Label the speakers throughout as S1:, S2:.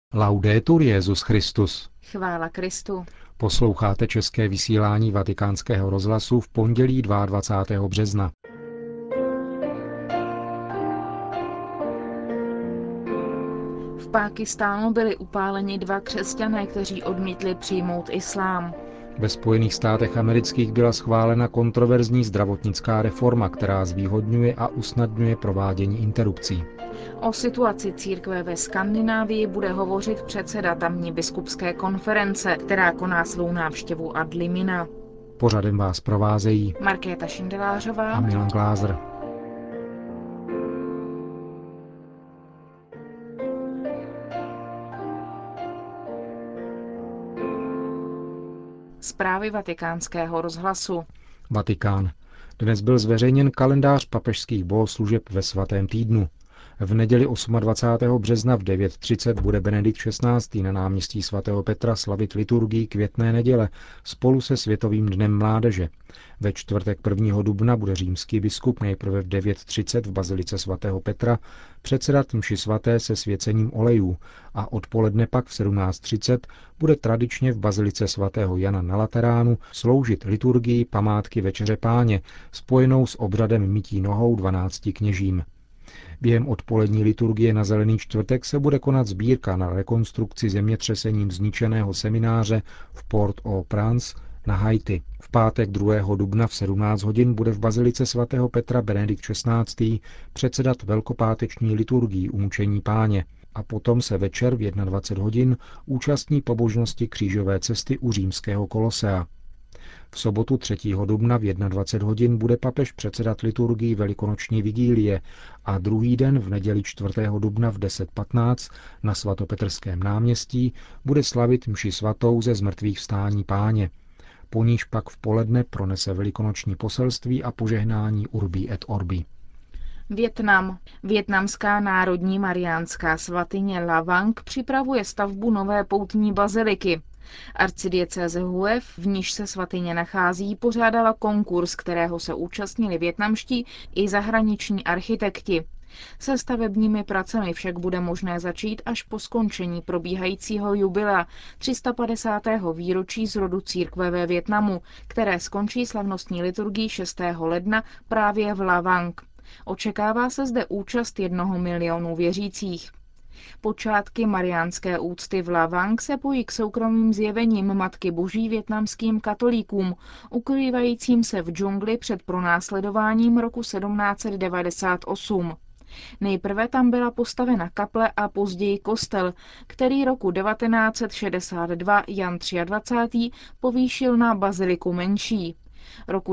S1: Laudetur Jesus Christus.
S2: Chvála Kristu.
S1: Posloucháte české vysílání Vatikánského rozhlasu v pondělí 22. března.
S2: V Pákistánu byli upáleni 2 křesťané, kteří odmítli přijmout islám.
S1: Ve Spojených státech amerických byla schválena kontroverzní zdravotnická reforma, která zvýhodňuje a usnadňuje provádění interrupcí.
S2: O situaci církve ve Skandinávii bude hovořit předseda tamní biskupské konference, která koná svou návštěvu ad limina.
S1: Pořadem vás provázejí
S2: Markéta Šindelářová
S1: a Milan Glázer.
S2: Zprávy Vatikánského rozhlasu.
S1: Vatikán. Dnes byl zveřejněn kalendář papežských bohoslužeb ve svatém týdnu. V neděli 28. března v 9:30 bude Benedikt XVI. Na náměstí svatého Petra slavit liturgii Květné neděle spolu se Světovým dnem mládeže. Ve čtvrtek 1. dubna bude římský biskup nejprve v 9:30 v bazilice svatého Petra předsedat mši svaté se svěcením olejů a odpoledne pak v 17:30 bude tradičně v bazilice svatého Jana na Lateránu sloužit liturgii památky Večeře Páně spojenou s obřadem mytí nohou 12 kněžím. Během odpolední liturgie na Zelený čtvrtek se bude konat sbírka na rekonstrukci zemětřesením zničeného semináře v Port-au-Prince na Haiti. V pátek 2. dubna v 17 hodin bude v bazilice svatého Petra Benedikt XVI. Předsedat velkopáteční liturgii umučení Páně a potom se večer v 21 hodin účastní pobožnosti křížové cesty u římského Kolosea. V sobotu 3. dubna v 21 hodin bude papež předsedat liturgii velikonoční vigílie a druhý den v neděli 4. dubna v 10:15 na svatopetrském náměstí bude slavit mši svatou ze zmrtvých vstání Páně. Po níž pak v poledne pronese velikonoční poselství a požehnání Urbi et Orbi.
S2: Vietnam. Vietnamská národní mariánská svatyně Lavang připravuje stavbu nové poutní baziliky. Arcidiecéze Hue, v níž se svatyně nachází, pořádala konkurs, kterého se účastnili vietnamští i zahraniční architekti. Se stavebními pracemi však bude možné začít až po skončení probíhajícího jubilea 350. výročí zrodu církve ve Vietnamu, které skončí slavnostní liturgií 6. ledna právě v Lavang. Očekává se zde účast 1 milionu věřících. Počátky mariánské úcty v Lavang se pojí k soukromým zjevením Matky Boží vietnamským katolíkům, ukrývajícím se v džungli před pronásledováním roku 1798. Nejprve tam byla postavena kaple a později kostel, který roku 1962 Jan 23. povýšil na baziliku menší. Roku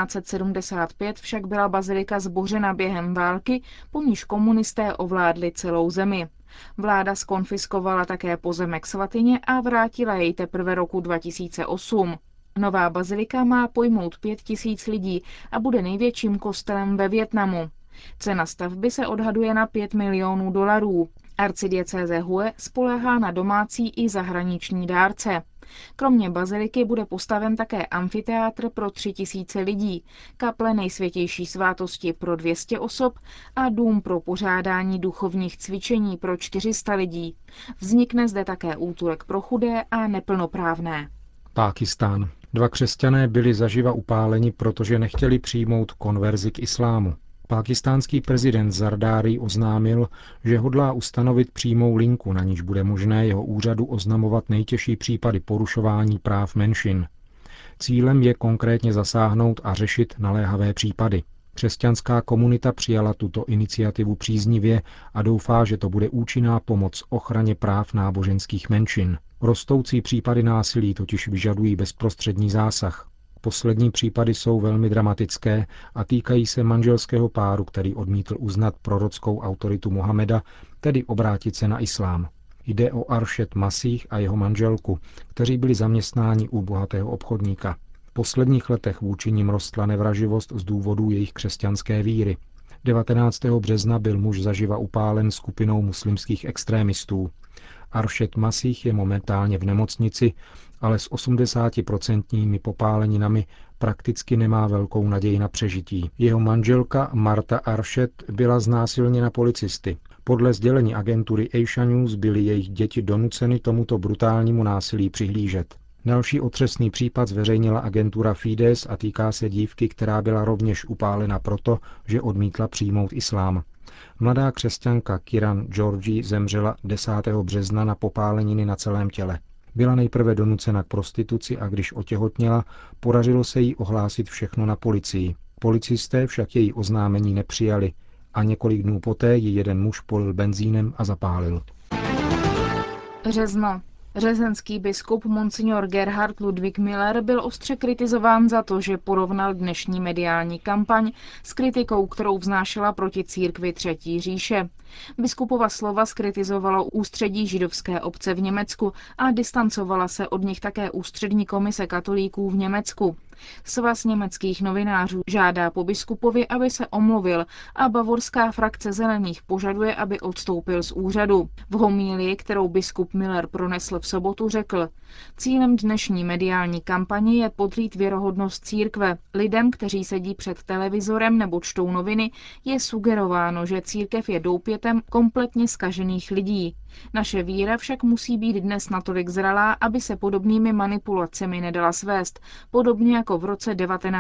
S2: 1975 však byla bazilika zbořena během války, po níž komunisté ovládli celou zemi. Vláda zkonfiskovala také pozemek svatyně a vrátila jej teprve roku 2008. Nová bazilika má pojmout 5 000 lidí a bude největším kostelem ve Vietnamu. Cena stavby se odhaduje na $5 milionů. Arcidiecéze Hue spoléhá na domácí i zahraniční dárce. Kromě baziliky bude postaven také amfiteátr pro 3 000 lidí, kaple Nejsvětější svátosti pro 200 osob a dům pro pořádání duchovních cvičení pro 400 lidí. Vznikne zde také útulek pro chudé a neplnoprávné.
S1: Pákistán. 2 křesťané byli zaživa upáleni, protože nechtěli přijmout konverzi k islámu. Pákistánský prezident Zardári oznámil, že hodlá ustanovit přímou linku, na níž bude možné jeho úřadu oznamovat nejtěžší případy porušování práv menšin. Cílem je konkrétně zasáhnout a řešit naléhavé případy. Křesťanská komunita přijala tuto iniciativu příznivě a doufá, že to bude účinná pomoc ochraně práv náboženských menšin. Rostoucí případy násilí totiž vyžadují bezprostřední zásah. Poslední případy jsou velmi dramatické a týkají se manželského páru, který odmítl uznat prorockou autoritu Mohameda, tedy obrátit se na islám. Jde o Aršet Masih a jeho manželku, kteří byli zaměstnáni u bohatého obchodníka. V posledních letech vůči nim rostla nevraživost z důvodu jejich křesťanské víry. 19. března byl muž zaživa upálen skupinou muslimských extrémistů. Aršet Masih je momentálně v nemocnici, ale s 80% popáleninami prakticky nemá velkou naději na přežití. Jeho manželka Marta Aršet byla znásilněna policisty. Podle sdělení agentury Asia News byly jejich děti donuceny tomuto brutálnímu násilí přihlížet. Další otřesný případ zveřejnila agentura Fides a týká se dívky, která byla rovněž upálena proto, že odmítla přijmout islám. Mladá křesťanka Kiran Georgi zemřela 10. března na popáleniny na celém těle. Byla nejprve donucena k prostituci a když otěhotněla, podařilo se jí ohlásit všechno na policii. Policisté však její oznámení nepřijali a několik dnů poté ji jeden muž polil benzínem a zapálil.
S2: Řezno. Řezenský biskup Monsignor Gerhard Ludwig Müller byl ostře kritizován za to, že porovnal dnešní mediální kampaň s kritikou, kterou vznášela proti církvi Třetí říše. Biskupova slova zkritizovalo ústředí židovské obce v Německu a distancovala se od nich také ústřední komise katolíků v Německu. Svaz německých novinářů žádá po biskupovi, aby se omluvil a bavorská frakce Zelených požaduje, aby odstoupil z úřadu. V homílii, kterou biskup Müller pronesl v sobotu, řekl: Cílem dnešní mediální kampaně je podrýt věrohodnost církve. Lidem, kteří sedí před televizorem nebo čtou noviny, je sugerováno, že církev je doupětem kompletně zkažených lidí. Naše víra však musí být dnes natolik zralá, aby se podobnými manipulacemi nedala svést, podobně jako v roce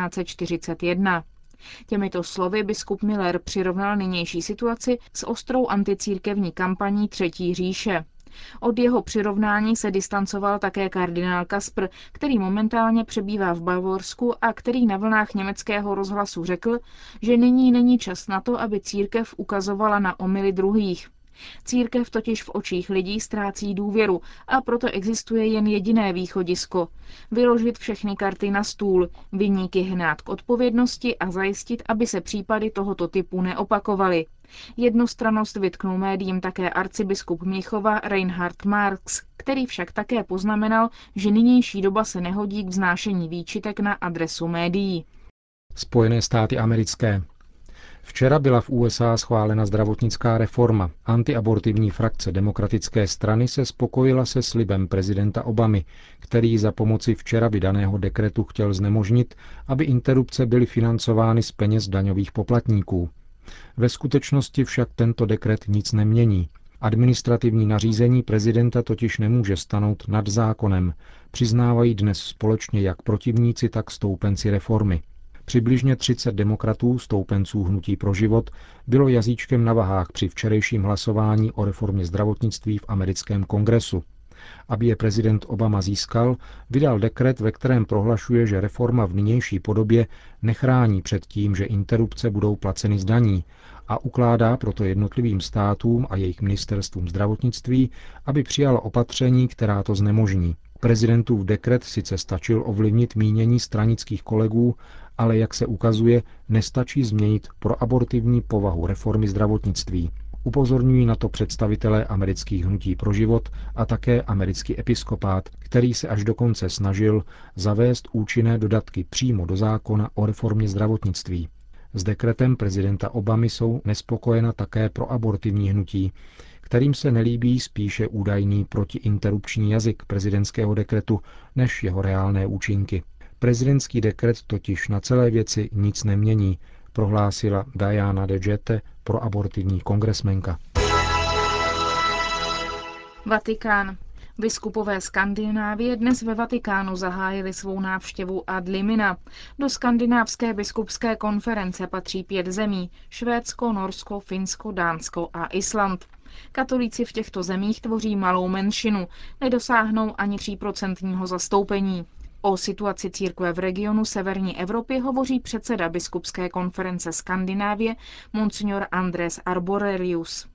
S2: 1941. Těmito slovy biskup Müller přirovnal nynější situaci s ostrou anticírkevní kampaní Třetí říše. Od jeho přirovnání se distancoval také kardinál Kaspr, který momentálně přebývá v Bavorsku a který na vlnách německého rozhlasu řekl, že nyní není čas na to, aby církev ukazovala na omyly druhých. Církev totiž v očích lidí ztrácí důvěru a proto existuje jen jediné východisko. Vyložit všechny karty na stůl, viníky hnát k odpovědnosti a zajistit, aby se případy tohoto typu neopakovaly. Jednostrannost vytknul médiím také arcibiskup Mnichova Reinhard Marx, který však také poznamenal, že nynější doba se nehodí k vznášení výčitek na adresu médií.
S1: Spojené státy americké. Včera byla v USA schválena zdravotnická reforma. Antiabortivní frakce Demokratické strany se spokojila se slibem prezidenta Obamy, který za pomoci včera vydaného dekretu chtěl znemožnit, aby interrupce byly financovány z peněz daňových poplatníků. Ve skutečnosti však tento dekret nic nemění. Administrativní nařízení prezidenta totiž nemůže stanout nad zákonem, přiznávají dnes společně jak protivníci, tak stoupenci reformy. Přibližně 30 demokratů, stoupenců Hnutí pro život, bylo jazyčkem na vahách při včerejším hlasování o reformě zdravotnictví v americkém kongresu. Aby je prezident Obama získal, vydal dekret, ve kterém prohlašuje, že reforma v nynější podobě nechrání před tím, že interrupce budou placeny z daní a ukládá proto jednotlivým státům a jejich ministerstvům zdravotnictví, aby přijalo opatření, která to znemožní. Prezidentův dekret sice stačil ovlivnit mínění stranických kolegů, ale jak se ukazuje, nestačí změnit proabortivní povahu reformy zdravotnictví. Upozorňují na to představitelé amerických Hnutí pro život a také americký episkopát, který se až dokonce snažil zavést účinné dodatky přímo do zákona o reformě zdravotnictví. S dekretem prezidenta Obamy jsou nespokojena také proabortivní hnutí, kterým se nelíbí spíše údajný protiinterrupční jazyk prezidentského dekretu než jeho reálné účinky. Prezidentský dekret totiž na celé věci nic nemění, prohlásila Diana DeGette, proabortivní kongresmenka.
S2: Vatikán. Biskupové Skandinávie dnes ve Vatikánu zahájili svou návštěvu ad limina. Do skandinávské biskupské konference patří 5 zemí – Švédsko, Norsko, Finsko, Dánsko a Island. Katolíci v těchto zemích tvoří malou menšinu, nedosáhnou ani 3% zastoupení. O situaci církve v regionu severní Evropy hovoří předseda biskupské konference Skandinávie Monsignor Andres Arborelius.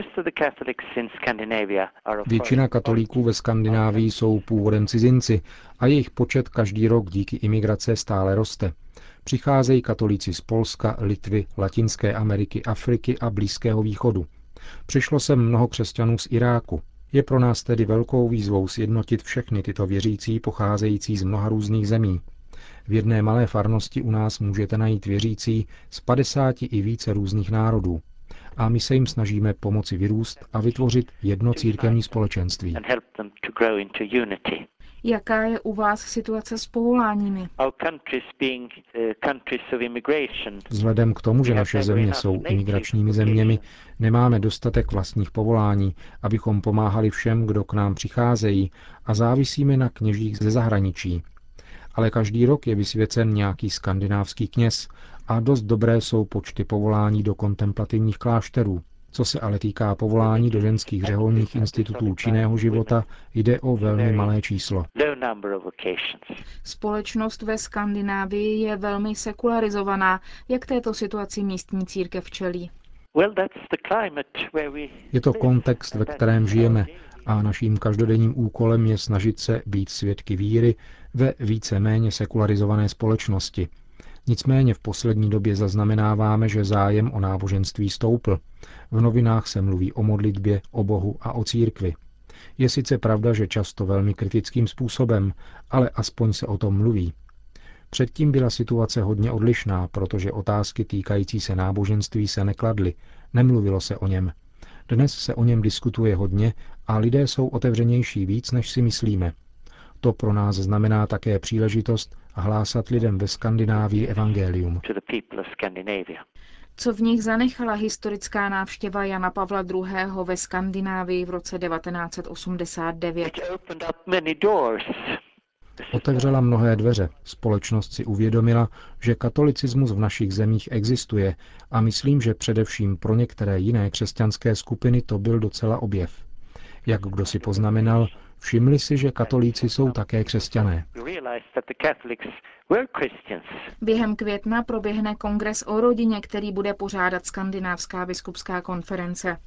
S1: Většina katolíků ve Skandinávii jsou původem cizinci a jejich počet každý rok díky imigrace stále roste. Přicházejí katolíci z Polska, Litvy, Latinské Ameriky, Afriky a Blízkého východu. Přišlo sem mnoho křesťanů z Iráku. Je pro nás tedy velkou výzvou sjednotit všechny tyto věřící pocházející z mnoha různých zemí. V jedné malé farnosti u nás můžete najít věřící z 50 i více různých národů. A my se jim snažíme pomoci vyrůst a vytvořit jedno církevní společenství.
S2: Jaká je u vás situace s povoláními?
S1: Vzhledem k tomu, že naše země jsou imigračními zeměmi, nemáme dostatek vlastních povolání, abychom pomáhali všem, kdo k nám přicházejí, a závisíme na kněžích ze zahraničí. Ale každý rok je vysvěcen nějaký skandinávský kněz a dost dobré jsou počty povolání do kontemplativních klášterů. Co se ale týká povolání do ženských řeholních institutů činného života, jde o velmi malé číslo.
S2: Společnost ve Skandinávii je velmi sekularizovaná. Jak této situaci místní církev čelí?
S1: Je to kontext, ve kterém žijeme, a naším každodenním úkolem je snažit se být svědky víry ve více-méně sekularizované společnosti. Nicméně v poslední době zaznamenáváme, že zájem o náboženství stoupl. V novinách se mluví o modlitbě, o Bohu a o církvi. Je sice pravda, že často velmi kritickým způsobem, ale aspoň se o tom mluví. Předtím byla situace hodně odlišná, protože otázky týkající se náboženství se nekladly, nemluvilo se o něm. Dnes se o něm diskutuje hodně a lidé jsou otevřenější víc, než si myslíme. To pro nás znamená také příležitost hlásat lidem ve Skandinávii evangelium.
S2: Co v nich zanechala historická návštěva Jana Pavla II. Ve Skandinávii v roce 1989?
S1: Otevřela mnohé dveře. Společnost si uvědomila, že katolicismus v našich zemích existuje, a myslím, že především pro některé jiné křesťanské skupiny to byl docela objev. Jak kdo si poznamenal, všimli si, že katolíci jsou také křesťané.
S2: Během května proběhne kongres o rodině, který bude pořádat Skandinávská biskupská konference.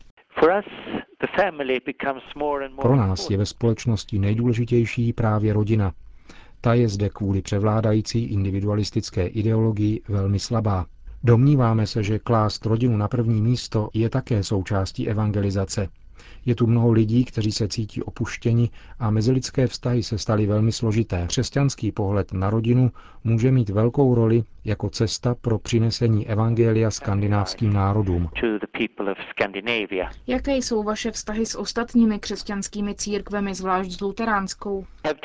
S1: Pro nás je ve společnosti nejdůležitější právě rodina. Ta je zde kvůli převládající individualistické ideologii velmi slabá. Domníváme se, že klást rodinu na první místo je také součástí evangelizace. Je tu mnoho lidí, kteří se cítí opuštěni a mezilidské vztahy se staly velmi složité. Křesťanský pohled na rodinu může mít velkou roli jako cesta pro přinesení evangelia skandinávským národům.
S2: Jaké jsou vaše vztahy s ostatními křesťanskými církvemi, zvlášť s luteránskou?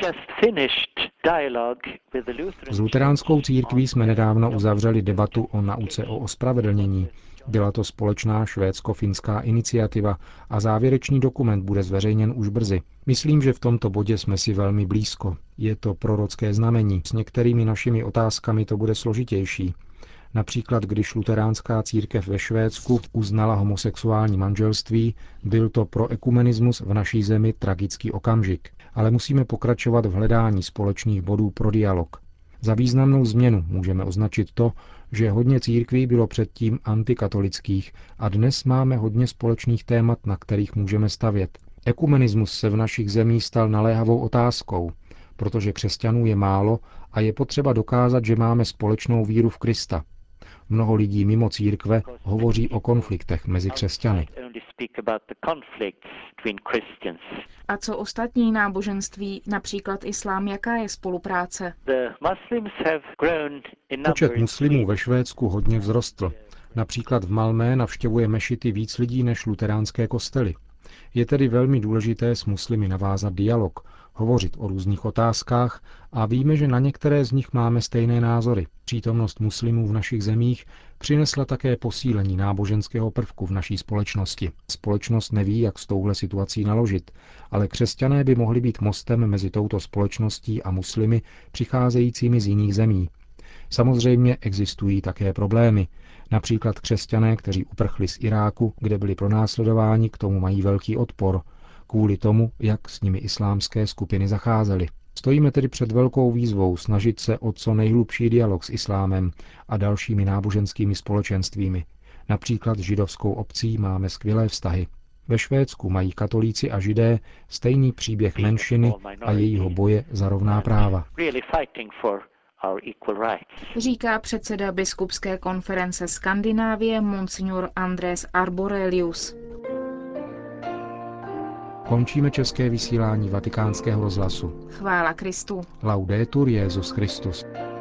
S1: S luteránskou církví jsme nedávno uzavřeli debatu o nauce o ospravedlnění. Byla to společná švédsko-finská iniciativa a závěrečný dokument bude zveřejněn už brzy. Myslím, že v tomto bodě jsme si velmi blízko. Je to prorocké znamení. S některými našimi otázkami to bude složitější. Například, když luteránská církev ve Švédsku uznala homosexuální manželství, byl to pro ekumenismus v naší zemi tragický okamžik. Ale musíme pokračovat v hledání společných bodů pro dialog. Za významnou změnu můžeme označit to, že hodně církví bylo předtím antikatolických a dnes máme hodně společných témat, na kterých můžeme stavět. Ekumenismus se v našich zemích stal naléhavou otázkou, protože křesťanů je málo a je potřeba dokázat, že máme společnou víru v Krista. Mnoho lidí mimo církve hovoří o konfliktech mezi křesťany.
S2: A co ostatní náboženství, například islám, jaká je spolupráce?
S1: Počet muslimů ve Švédsku hodně vzrostl. Například v Malmö navštěvuje mešity víc lidí než luteránské kostely. Je tedy velmi důležité s muslimy navázat dialog, hovořit o různých otázkách a víme, že na některé z nich máme stejné názory. Přítomnost muslimů v našich zemích přinesla také posílení náboženského prvku v naší společnosti. Společnost neví, jak s touhle situací naložit, ale křesťané by mohli být mostem mezi touto společností a muslimy přicházejícími z jiných zemí. Samozřejmě existují také problémy. Například křesťané, kteří uprchli z Iráku, kde byli pronásledováni, k tomu mají velký odpor, kvůli tomu, jak s nimi islámské skupiny zacházely. Stojíme tedy před velkou výzvou snažit se o co nejhlubší dialog s islámem a dalšími náboženskými společenstvími. Například s židovskou obcí máme skvělé vztahy. Ve Švédsku mají katolíci a židé stejný příběh menšiny a jejího boje za rovná práva.
S2: Říká předseda biskupské konference Skandinávie Monsignor Andrés Arborelius.
S1: Končíme české vysílání Vatikánského rozhlasu.
S2: Chvála Kristu.
S1: Laudetur Jesus Christus.